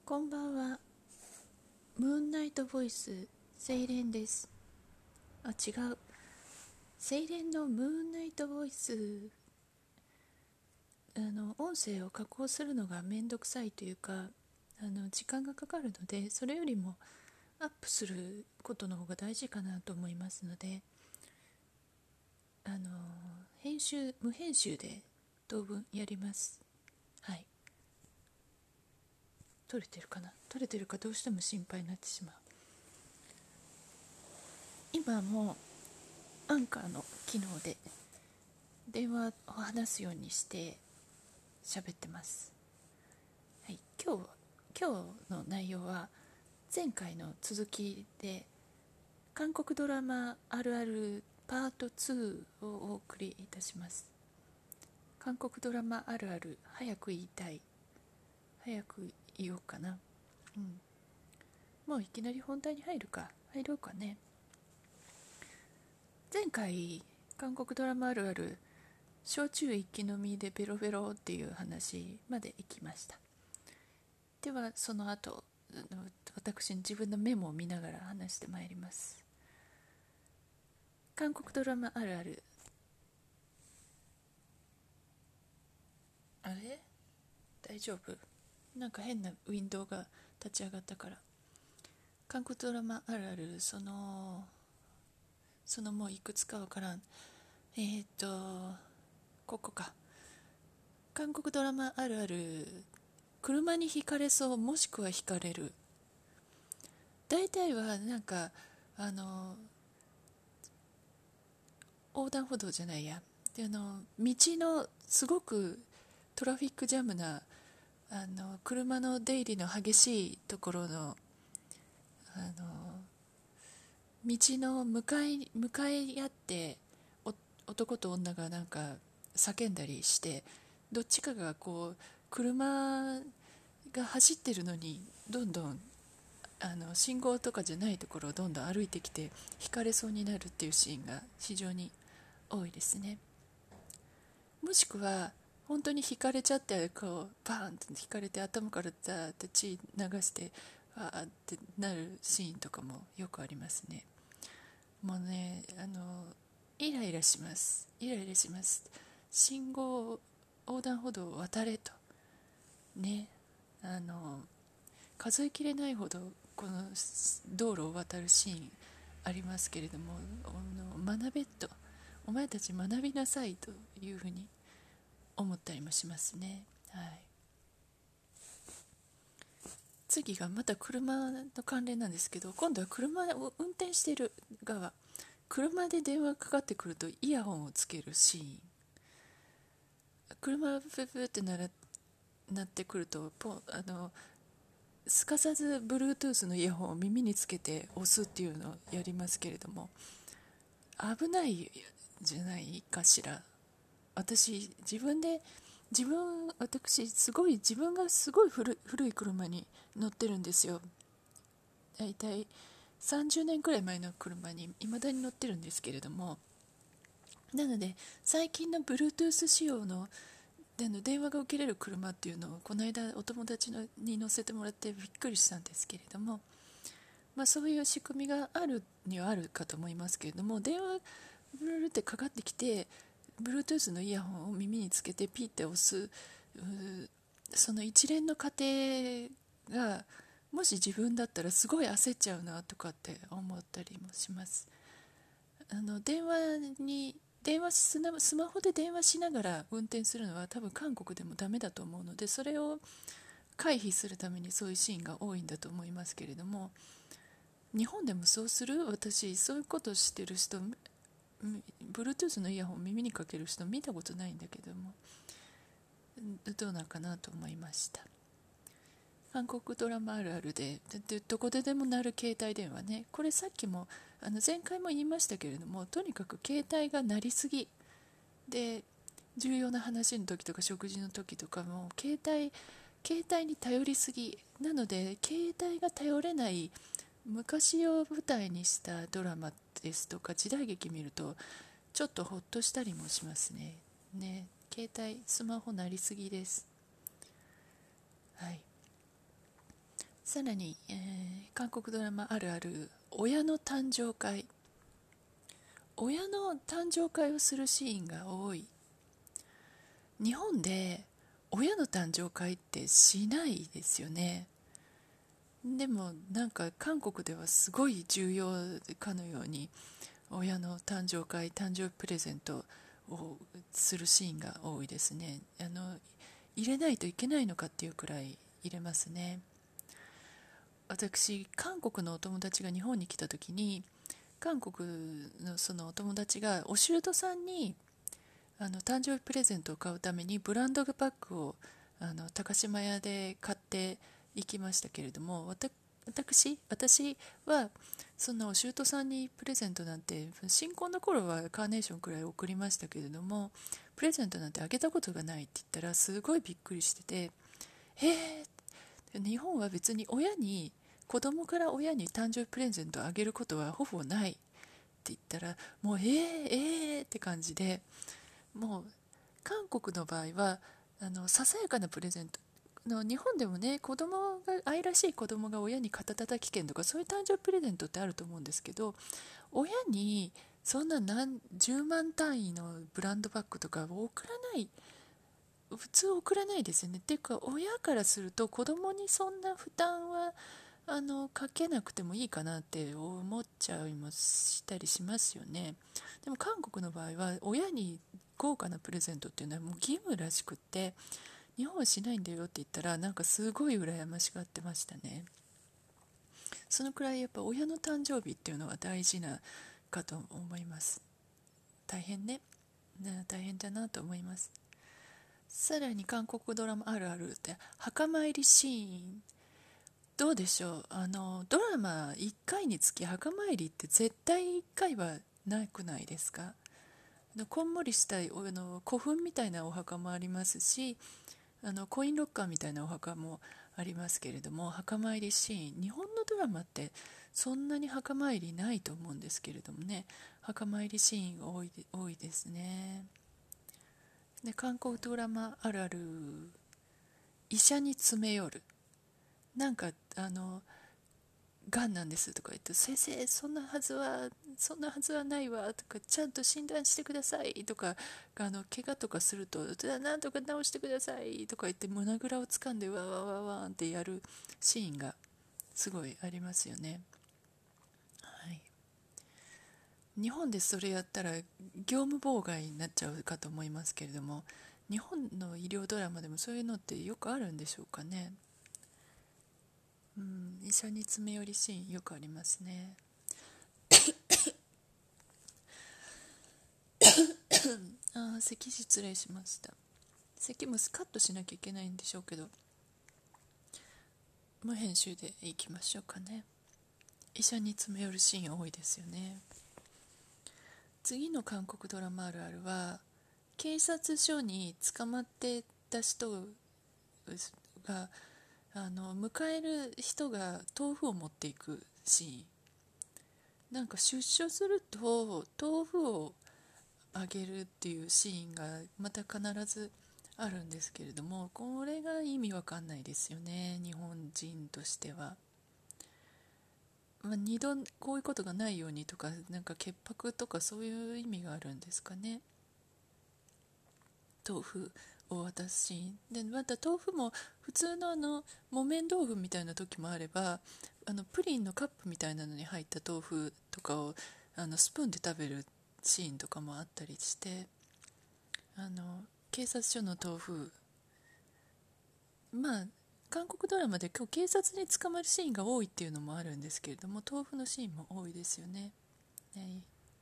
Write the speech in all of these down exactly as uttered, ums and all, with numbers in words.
こんばんは。ムーンナイトボイス、セイレンです。あ、違う。セイレンのムーンナイトボイス、あの、音声を加工するのがめんどくさいというか、あの、時間がかかるので、それよりもアップすることの方が大事かなと思いますので、あの、編集、無編集で当分やります。はい。撮れてるかな撮れてるかどうしても心配になってしまう。今もアンカーの機能で電話を話すようにして喋ってます。はい、今日今日の内容は前回の続きで韓国ドラマあるあるパートツーをお送りいたします。韓国ドラマあるある早く言いたい、早く言おうかな。うん、もういきなり本題に入るか入ろうかね。前回韓国ドラマあるある焼酎一気飲みでベロベロっていう話まで行きました。ではその後、私自分のメモを見ながら話してまいります。韓国ドラマあるある。あれ大丈夫？なんか変なウィンドウが立ち上がったから。韓国ドラマあるある、そのそのもういくつかわからん。えーっとここか。韓国ドラマあるある、車にひかれそう、もしくはひかれる。大体はなんかあの横断歩道じゃないや、であの道のすごくトラフィックジャムなあの車の出入りの激しいところのあの道の向かい向かい合ってお男と女がなんか叫んだりして、どっちかがこう車が走ってるのにどんどんあの信号とかじゃないところをどんどん歩いてきてひかれそうになるっていうシーンが非常に多いですね。もしくは本当に引かれちゃって、こうバーンって引かれて頭からダーって血流してわーってなるシーンとかもよくありますね。もうね、あのイライラしますイライラします。信号横断歩道を渡れとね、あの数えきれないほどこの道路を渡るシーンありますけれども、あの学べと、お前たち学びなさいというふうに思ったりもしますね。はい、次がまた車の関連なんですけど、今度は車を運転している側、車で電話かかってくるとイヤホンをつけるシーン。車がブブってならなってくるとポあのすかさず Bluetooth のイヤホンを耳につけて押すっていうのをやりますけれども、危ないじゃないかしら。私自分で自分私すごい自分がすごい古い古い車に乗ってるんですよ。だいたいさんじゅうねんくらい前の車に未だに乗ってるんですけれども、なので最近の Bluetooth 仕様のでの電話が受けれる車っていうのをこの間お友達のに乗せてもらってびっくりしたんですけれども、まあ、そういう仕組みがあるにはあるかと思いますけれども、電話ブルルってかかってきて Bluetooth のイヤホンを耳につけてピッて押す、その一連の過程がもし自分だったらすごい焦っちゃうなとかって思ったりもします。あの電話に電話しスマホで電話しながら運転するのは多分韓国でもダメだと思うので、それを回避するためにそういうシーンが多いんだと思いますけれども、日本でもそうする？私そういうことをしてる人、Bluetooth のイヤホンを耳にかける人見たことないんだけども、どうなんかなと思いました。韓国ドラマあるあるで、でどこででも鳴る携帯電話ね、これさっきもあの前回も言いましたけれども、とにかく携帯が鳴りすぎで、重要な話の時とか食事の時とかも携帯携帯に頼りすぎなので、携帯が頼れない昔を舞台にしたドラマですとか時代劇見るとちょっとほっとしたりもしますね。ね、携帯スマホ鳴りすぎです。はい。 さらに、えー韓国ドラマあるある親の誕生会親の誕生会をするシーンが多い。日本で親の誕生会ってしないですよね。でもなんか韓国ではすごい重要かのように親の誕生会誕生日プレゼントをするシーンが多いですね。あの入れないといけないのかっていうくらい入れますね。私韓国のお友達が日本に来た時に韓国のそのお友達がお舅さんにあの誕生日プレゼントを買うためにブランドバッグをあの高島屋で買って行きましたけれども、わた私私はそんなお舅さんにプレゼントなんて新婚の頃はカーネーションくらい送りましたけれども、プレゼントなんてあげたことがないって言ったらすごいびっくりしてて、へえ、日本は別に親に子供から親に誕生日プレゼントをあげることはほぼないって言ったら、もうえー、えーって感じで、もう韓国の場合はあのささやかなプレゼントの、日本でもね、子供が愛らしい子供が親に肩たたき券とかそういう誕生日プレゼントってあると思うんですけど、親にそんな何じゅうまん単位のブランドバッグとかを送らない、普通送らないですよね。っていうか親からすると子供にそんな負担はあのかけなくてもいいかなって思っちゃいもしたりしますよね。でも韓国の場合は親に豪華なプレゼントっていうのはもう義務らしくって、日本はしないんだよって言ったらなんかすごい羨ましがってましたね。そのくらいやっぱ親の誕生日っていうのは大事なかと思います。大変ね、ね、大変だなと思います。さらに韓国ドラマあるあるって墓参りシーン、どうでしょう。あのドラマいっかいにつき墓参りって絶対いっかいはなくないですか。あのこんもりしたいあの古墳みたいなお墓もありますし、あのコインロッカーみたいなお墓もありますけれども、墓参りシーン、日本のドラマってそんなに墓参りないと思うんですけれどもね、墓参りシーンが多いで、多いですね。で韓国ドラマあるある医者に詰め寄る、なんかあのがんなんですとか言って、先生そんなはずはそんなはずはないわとか、ちゃんと診断してくださいとか、あの怪我とかするとなんとか治してくださいとか言って胸ぐらを掴んでわわわわんってやるシーンがすごいありますよね。はい、日本でそれやったら業務妨害になっちゃうかと思いますけれども、日本の医療ドラマでもそういうのってよくあるんでしょうかね。うん、医者に詰め寄りシーンよくありますね。あ、咳失礼しました。咳もスカッとしなきゃいけないんでしょうけど、無編集でいきましょうかね。医者に詰め寄るシーン多いですよね。次の韓国ドラマあるあるは、警察署に捕まってた人があの迎える人が豆腐を持っていくシーン、なんか出所すると豆腐をあげるっていうシーンがまた必ずあるんですけれども、これが意味わかんないですよね、日本人としては。まあ、二度こういうことがないようにとか、なんか潔白とかそういう意味があるんですかね。豆腐を渡すシーンで、また豆腐も普通のあの木綿豆腐みたいな時もあれば、あのプリンのカップみたいなのに入った豆腐とかをあのスプーンで食べるシーンとかもあったりして、あの警察署の豆腐、まあ韓国ドラマで今日警察に捕まるシーンが多いっていうのもあるんですけれども、豆腐のシーンも多いですよね。ね、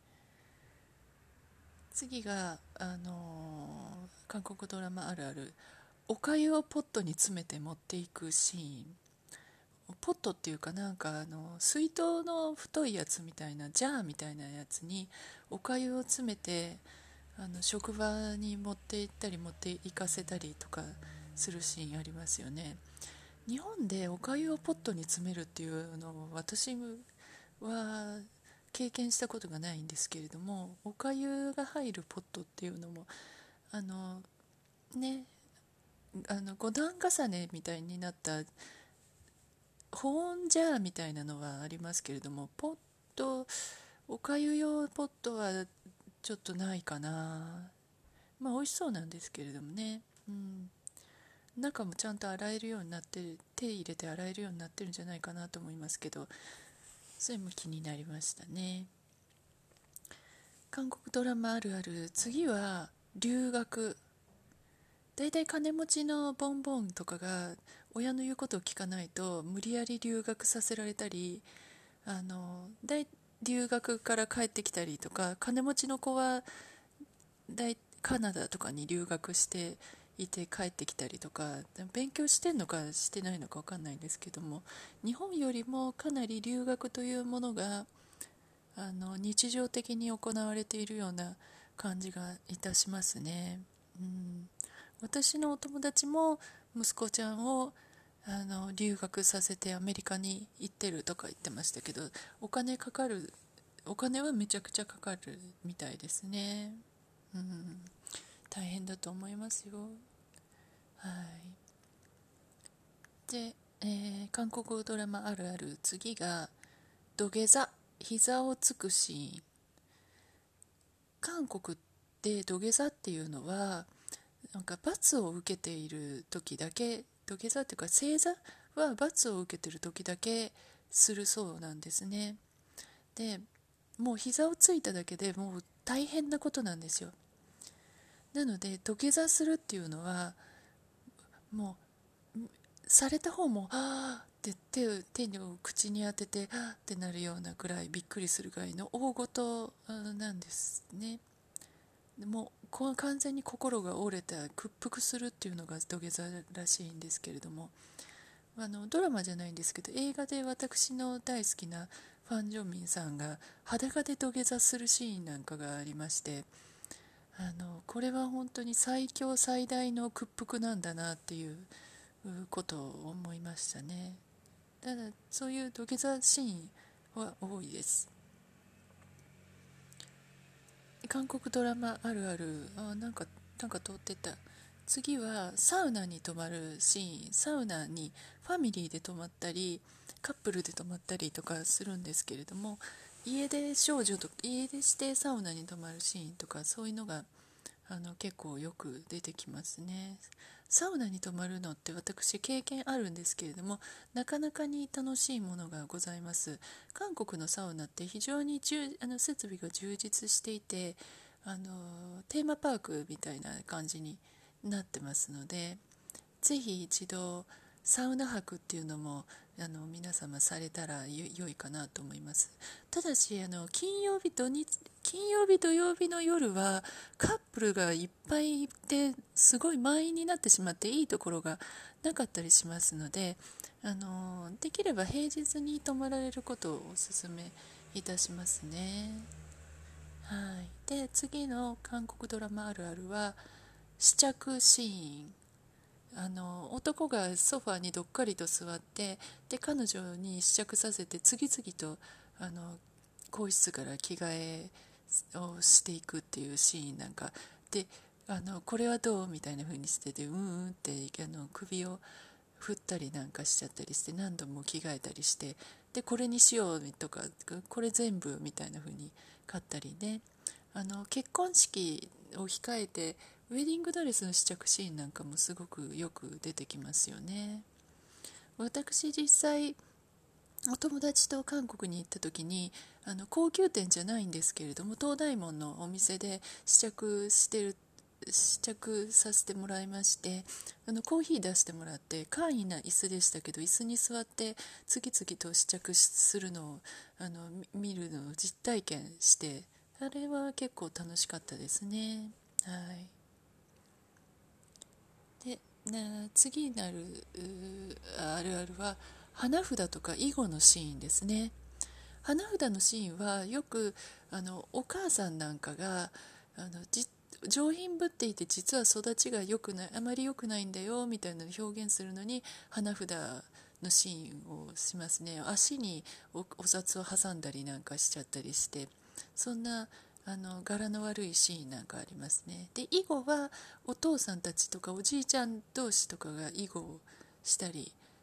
次が、あのー韓国ドラマあるあるお粥をポットに詰めて持っていくシーン。ポットっていうかなんかあの水筒の太いやつみたいなジャーみたいなやつにお粥を詰めてあの職場に持って行ったり持って行かせたりとかするシーンありますよね。日本でお粥をポットに詰めるっていうのを私は経験したことがないんですけれども、お粥が入るポットっていうのもあのね、あの五段重ねみたいになった保温ジャーみたいなのはありますけれども、ポット、おかゆ用ポットはちょっとないかな。まあ美味しそうなんですけれどもね、うん、中もちゃんと洗えるようになってる、手入れて洗えるようになってるんじゃないかなと思いますけど、それも気になりましたね。韓国ドラマあるある、次は留学。だいたい金持ちのボンボンとかが親の言うことを聞かないと無理やり留学させられたり、あの大留学から帰ってきたりとか、金持ちの子は大カナダとかに留学していて帰ってきたりとか、勉強してんのかしてないのか分かんないんですけども、日本よりもかなり留学というものがあの日常的に行われているような感じがいたしますね。うん、私のお友達も息子ちゃんをあの留学させてアメリカに行ってるとか言ってましたけど、お金かかる、お金はめちゃくちゃかかるみたいですね。うん、大変だと思いますよ。はい。で、えー韓国ドラマあるある、次が土下座、膝をつくシーン。韓国で土下座っていうのはなんか罰を受けている時だけ、土下座っていうか正座は罰を受けている時だけするそうなんですね。でもう膝をついただけでもう大変なことなんですよ。なので土下座するっていうのはもうされた方もあーって手を手を口に当ててあーってなるようなぐらいびっくりするぐらいの大事なんですね。もうこ完全に心が折れた屈服するっていうのが土下座らしいんですけれども、あのドラマじゃないんですけど映画で私の大好きなファン・ジョンミンさんが裸で土下座するシーンなんかがありまして、あのこれは本当に最強最大の屈服なんだなっていうことを思いましたね。ただそういう土下座シーンは多いです。韓国ドラマあるある、あなんかなんか通ってた。次はサウナに泊まるシーン。サウナにファミリーで泊まったりカップルで泊まったりとかするんですけれども、家出少女と家出してサウナに泊まるシーンとかそういうのがあの結構よく出てきますね。サウナに泊まるのって私経験あるんですけれども、なかなかに楽しいものがございます。韓国のサウナって非常にあの設備が充実していて、あのテーマパークみたいな感じになってますので、ぜひ一度サウナ泊っていうのもあの皆様されたらよ良いかなと思います。ただしあの金曜日土日金曜日土曜日の夜はカップルがいっぱいいてすごい満員になってしまっていいところがなかったりしますので、あのできれば平日に泊まられることをお勧めいたしますね。はい、で次の韓国ドラマあるあるは試着シーン。あの男がソファーにどっかりと座って、で彼女に試着させて次々とあの更衣室から着替えをしていくっていうシーンなんかで、あのこれはどうみたいな風にしてて、うんうんってあの首を振ったりなんかしちゃったりして何度も着替えたりして、でこれにしようとかこれ全部みたいな風に買ったりね、あの結婚式を控えてウェディングドレスの試着シーンなんかもすごくよく出てきますよね。私実際お友達と韓国に行った時にあの高級店じゃないんですけれども東大門のお店で試着してる試着させてもらいまして、あのコーヒー出してもらって簡易な椅子でしたけど椅子に座って次々と試着するのをあの見るのを実体験して、あれは結構楽しかったですね。はいでな次なるあるあるは花札とか囲碁のシーンですね。花札のシーンはよくあのお母さんなんかがあのじ上品ぶっていて実は育ちが良くない、あまり良くないんだよみたいなのを表現するのに花札のシーンをしますね。足に お, お札を挟んだりなんかしちゃったりして、そんなあの柄の悪いシーンなんかありますね。で囲碁はお父さんたちとかおじいちゃん同士とかが囲碁をしたり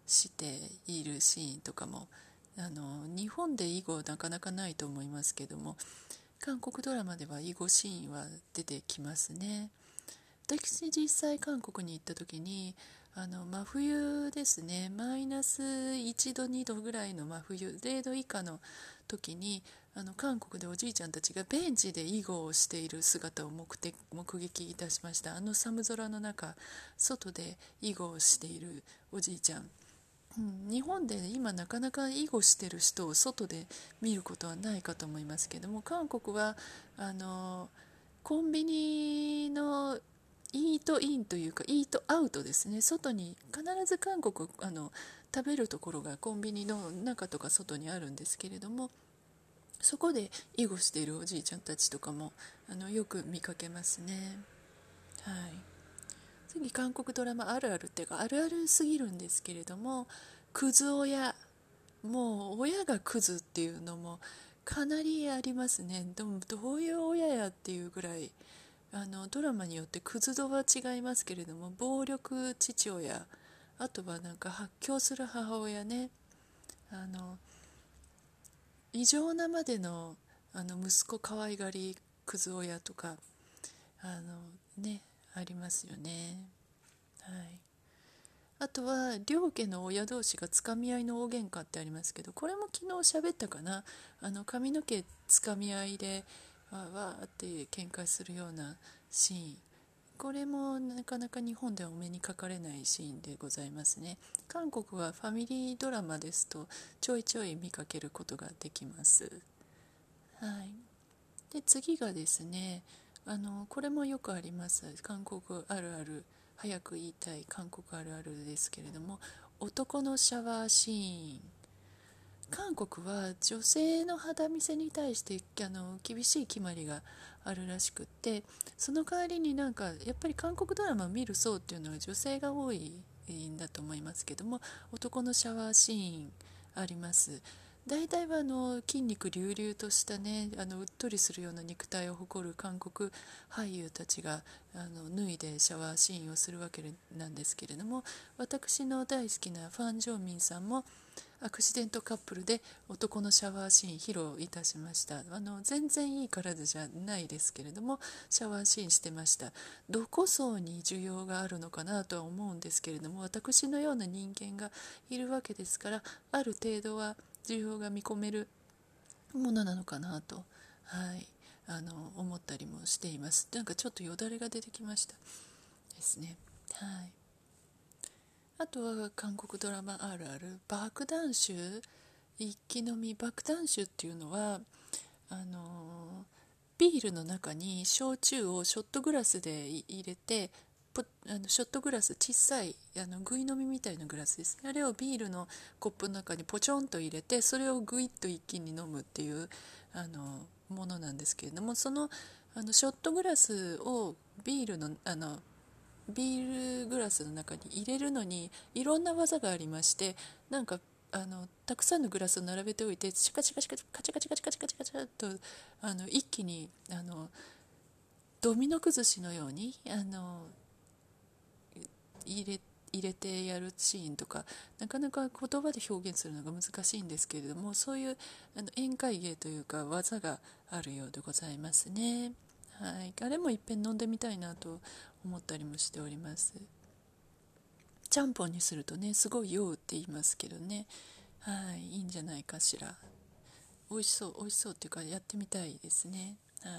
しているシーンとかも、あの日本で囲碁なかなかないと思いますけども、韓国ドラマでは囲碁シーンは出てきますね。私実際韓国に行った時に、あの真冬ですね、マイナスいちどにどぐらいの真冬、れいど以下の時に、あの韓国でおじいちゃんたちがベンチで囲碁をしている姿を目的目撃いたしました。あの寒空の中、外で囲碁をしているおじいちゃん、うん、日本で今なかなか囲碁してる人を外で見ることはないかと思いますけども、韓国はあのコンビニのイートインというかイートアウトですね、外に必ず韓国あの食べるところがコンビニの中とか外にあるんですけれども、そこで囲碁しているおじいちゃんたちとかもあのよく見かけますね。はい、次、韓国ドラマあるあるっていうかあるあるすぎるんですけれども、クズ親、もう親がクズっていうのもかなりありますね。でもどういう親やっていうぐらい、あのドラマによってクズ度は違いますけれども、暴力父親、あとはなんか発狂する母親ね、あの異常なまでの、あの息子可愛がりクズ親とか、あのね、ありますよね。はい、あとは両家の親同士がつかみ合いの大喧嘩ってありますけど、これも昨日喋ったかな。あの髪の毛つかみ合いでわーわーって喧嘩するようなシーン、これもなかなか日本ではお目にかかれないシーンでございますね。韓国はファミリードラマですとちょいちょい見かけることができます。はい、で次がですね、あのこれもよくあります韓国あるある、早く言いたい韓国あるあるですけれども、男のシャワーシーン。韓国は女性の肌見せに対してあの厳しい決まりがあるらしくって、その代わりになんかやっぱり韓国ドラマを見る層っていうのは女性が多いんだと思いますけども、男のシャワーシーンあります。大体はあの筋肉隆々としたね、あのうっとりするような肉体を誇る韓国俳優たちがあの脱いでシャワーシーンをするわけなんですけれども、私の大好きなファン・ジョンミンさんもアクシデントカップルで男のシャワーシーン披露いたしました。あの全然いい体じゃないですけれどもシャワーシーンしてました。どこ層に需要があるのかなとは思うんですけれども、私のような人間がいるわけですから、ある程度は需要が見込めるものなのかなと、はい、あの思ったりもしています。なんかちょっとよだれが出てきましたですね。はい、あとは韓国ドラマあるある、爆弾酒、一気飲み。爆弾酒っていうのはあのビールの中に焼酎をショットグラスで入れて、ポあのショットグラス、小さいあのグイ飲みみたいなグラスですね、あれをビールのコップの中にポチョンと入れて、それをグイッと一気に飲むっていうあのものなんですけれども、そのあのショットグラスをビールのあのビールグラスの中に入れるのにいろんな技がありまして、なんかあのたくさんのグラスを並べておいて、シャカシャカシャカカチャカチャカチャカチャカチャカチャとあの一気にあのドミノ崩しのようにあの入れ入れてやるシーンとか、なかなか言葉で表現するのが難しいんですけれども、そういうあの宴会芸というか技があるようでございますね。はい、あれもいっぺん飲んでみたいなと思ったりもしております。ちゃんぽんにするとね、すごい酔うって言いますけどね、はい、いいんじゃないかしら。美味しそう美味しそうっていうか、やってみたいですね。はい、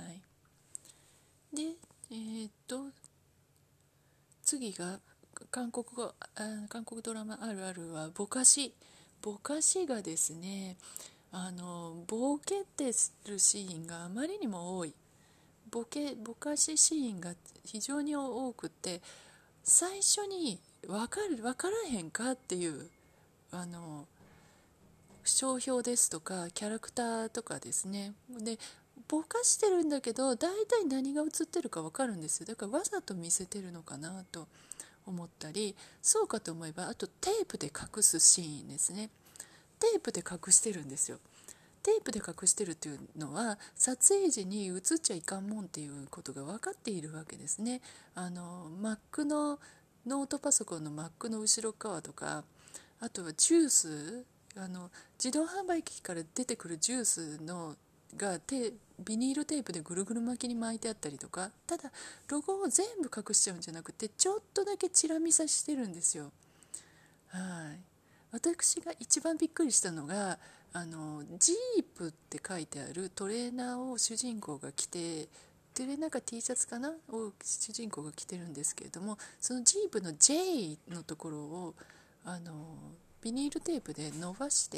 でえー、っと次が韓国語あ韓国ドラマあるあるはぼかし。ぼかしがですね、あのボケてするシーンがあまりにも多い。ボケぼかしシーンが非常に多くて、最初に分かる分からへんかっていうあの商標ですとかキャラクターとかですね、でぼかしてるんだけど大体何が映ってるか分かるんですよ。だからわざと見せてるのかなと思ったり、そうかと思えばあとテープで隠すシーンですね。テープで隠してるんですよ。テープで隠してるっていうのは撮影時に映っちゃいかんもんっていうことが分かっているわけですね。あの Mac のノートパソコンの Mac の後ろ側とか、 あとはジュース、あの自動販売機から出てくるジュースのがテビニールテープでぐるぐる巻きに巻いてあったりとか、ただロゴを全部隠しちゃうんじゃなくてちょっとだけチラ見さしてるんですよ。はい、私が一番びっくりしたのが、あのジープって書いてあるトレーナーを主人公が着て、トレーナーか T シャツかなを主人公が着てるんですけれども、そのジープの ジェイ のところをあのビニールテープで伸ばして、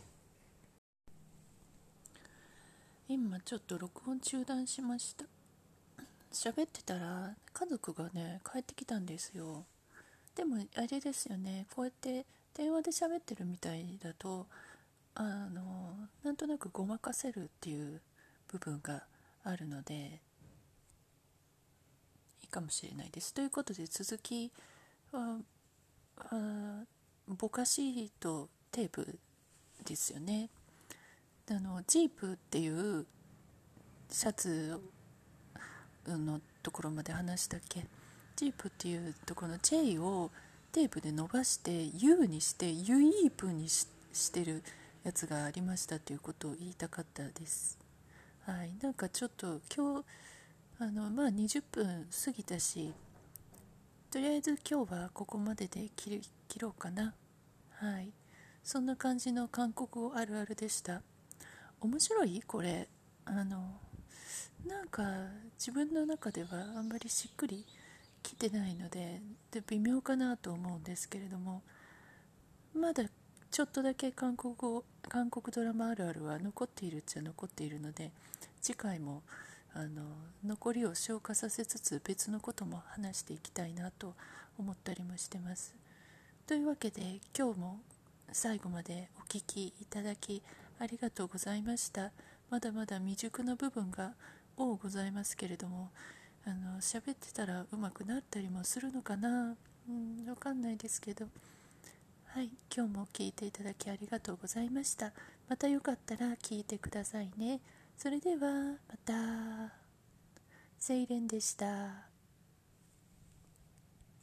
今ちょっと録音中断しました。喋ってたら家族がね帰ってきたんですよ。でもあれですよね、こうやって電話で喋ってるみたいだと、あのなんとなくごまかせるっていう部分があるのでいいかもしれないです。ということで続きはあぼかしとテープですよね。あのジープっていうシャツのところまで話したっけ。ジープっていうところの J をテープで伸ばして U にしてユイープに し, してるやつがありましたということを言いたかったです。はい、なんかちょっと今日あのまあにじゅっぷん過ぎたし、とりあえず今日はここまでで切る切ろうかな。はい、そんな感じの韓国語あるあるでした。面白いこれ。あのなんか自分の中ではあんまりしっくりきてないので、で微妙かなと思うんですけれども、まだちょっとだけ韓国語韓国ドラマあるあるは残っているっちゃ残っているので、次回もあの残りを消化させつつ別のことも話していきたいなと思ったりもしてます。というわけで今日も最後までお聞きいただきありがとうございました。まだまだ未熟な部分が多ございますけれども、あの喋ってたら上手くなったりもするのかな、うん、わかんないですけど、はい、今日も聞いていただきありがとうございました。またよかったら聞いてくださいね。それではまた。セイレンでした。